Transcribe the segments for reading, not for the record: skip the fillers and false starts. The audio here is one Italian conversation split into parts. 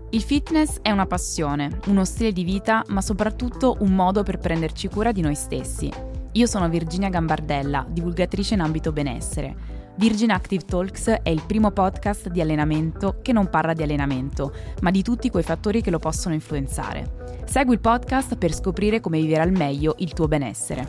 Il fitness è una passione, uno stile di vita, ma soprattutto un modo per prenderci cura di noi stessi. Io sono Virginia Gambardella, divulgatrice in ambito benessere. Virgin Active Talks è il primo podcast di allenamento che non parla di allenamento, ma di tutti quei fattori che lo possono influenzare. Segui il podcast per scoprire come vivere al meglio il tuo benessere.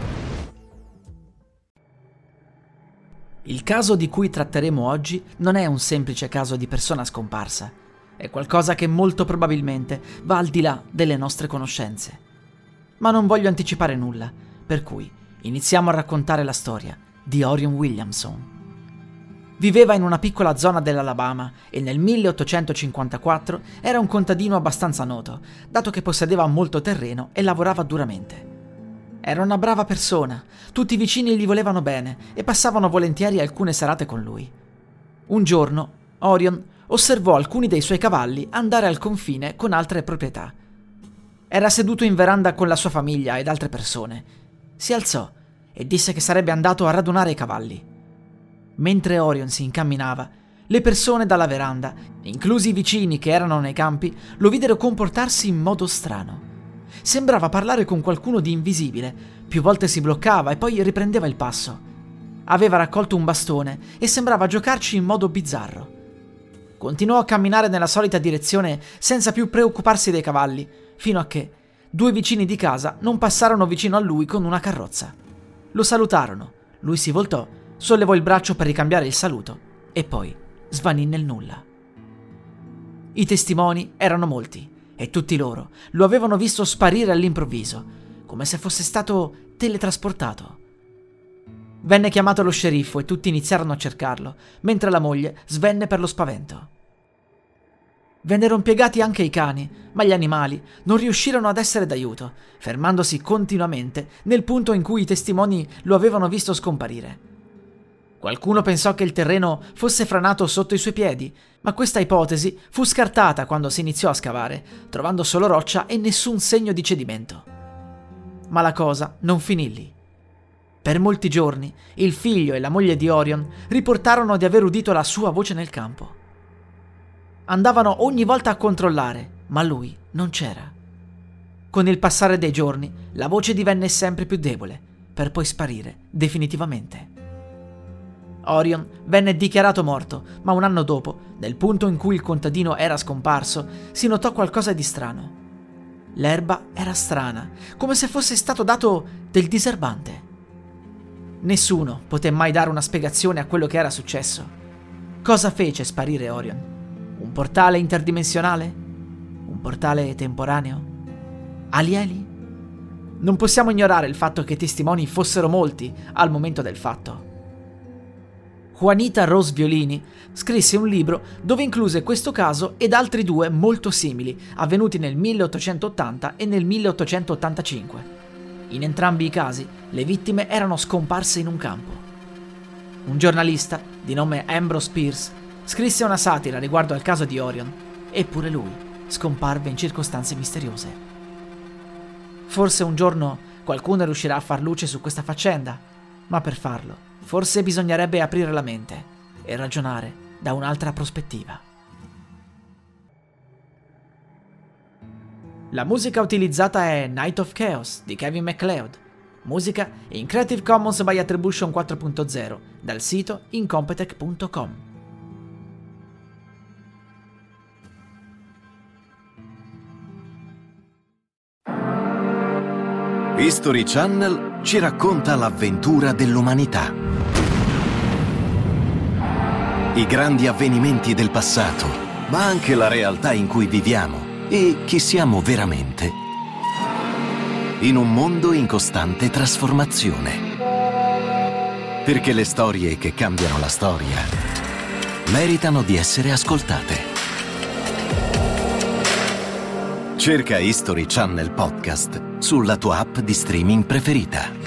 Il caso di cui tratteremo oggi non è un semplice caso di persona scomparsa. È qualcosa che molto probabilmente va al di là delle nostre conoscenze. Ma non voglio anticipare nulla, per cui iniziamo a raccontare la storia di Orion Williamson. Viveva in una piccola zona dell'Alabama e nel 1854 era un contadino abbastanza noto, dato che possedeva molto terreno e lavorava duramente. Era una brava persona, tutti i vicini gli volevano bene e passavano volentieri alcune serate con lui. Un giorno, Orion osservò alcuni dei suoi cavalli andare al confine con altre proprietà. Era seduto in veranda con la sua famiglia ed altre persone. Si alzò e disse che sarebbe andato a radunare i cavalli. Mentre Orion si incamminava, le persone dalla veranda, inclusi i vicini che erano nei campi, lo videro comportarsi in modo strano. Sembrava parlare con qualcuno di invisibile, più volte si bloccava e poi riprendeva il passo. Aveva raccolto un bastone e sembrava giocarci in modo bizzarro. Continuò a camminare nella solita direzione senza più preoccuparsi dei cavalli, fino a che due vicini di casa non passarono vicino a lui con una carrozza. Lo salutarono, lui si voltò, sollevò il braccio per ricambiare il saluto e poi svanì nel nulla. I testimoni erano molti e tutti loro lo avevano visto sparire all'improvviso, come se fosse stato teletrasportato. Venne chiamato lo sceriffo e tutti iniziarono a cercarlo, mentre la moglie svenne per lo spavento. Vennero impiegati anche i cani, ma gli animali non riuscirono ad essere d'aiuto, fermandosi continuamente nel punto in cui i testimoni lo avevano visto scomparire. Qualcuno pensò che il terreno fosse franato sotto i suoi piedi, ma questa ipotesi fu scartata quando si iniziò a scavare, trovando solo roccia e nessun segno di cedimento. Ma la cosa non finì lì. Per molti giorni il figlio e la moglie di Orion riportarono di aver udito la sua voce nel campo. Andavano ogni volta a controllare, ma lui non c'era. Con il passare dei giorni la voce divenne sempre più debole, per poi sparire definitivamente. Orion venne dichiarato morto, ma un anno dopo, nel punto in cui il contadino era scomparso, si notò qualcosa di strano. L'erba era strana, come se fosse stato dato del diserbante. Nessuno poté mai dare una spiegazione a quello che era successo. Cosa fece sparire Orion? Un portale interdimensionale? Un portale temporaneo? Alieni? Non possiamo ignorare il fatto che i testimoni fossero molti al momento del fatto. Juanita Rose Violini scrisse un libro dove incluse questo caso ed altri due molto simili, avvenuti nel 1880 e nel 1885. In entrambi i casi, le vittime erano scomparse in un campo. Un giornalista, di nome Ambrose Pierce, scrisse una satira riguardo al caso di Orion, eppure lui scomparve in circostanze misteriose. Forse un giorno qualcuno riuscirà a far luce su questa faccenda, ma per farlo, forse bisognerebbe aprire la mente e ragionare da un'altra prospettiva. La musica utilizzata è Night of Chaos di Kevin MacLeod, musica in Creative Commons by Attribution 4.0 dal sito incompetech.com. History Channel ci racconta l'avventura dell'umanità. I grandi avvenimenti del passato, ma anche la realtà in cui viviamo e chi siamo veramente. In un mondo in costante trasformazione. Perché le storie che cambiano la storia meritano di essere ascoltate. Cerca History Channel Podcast sulla tua app di streaming preferita.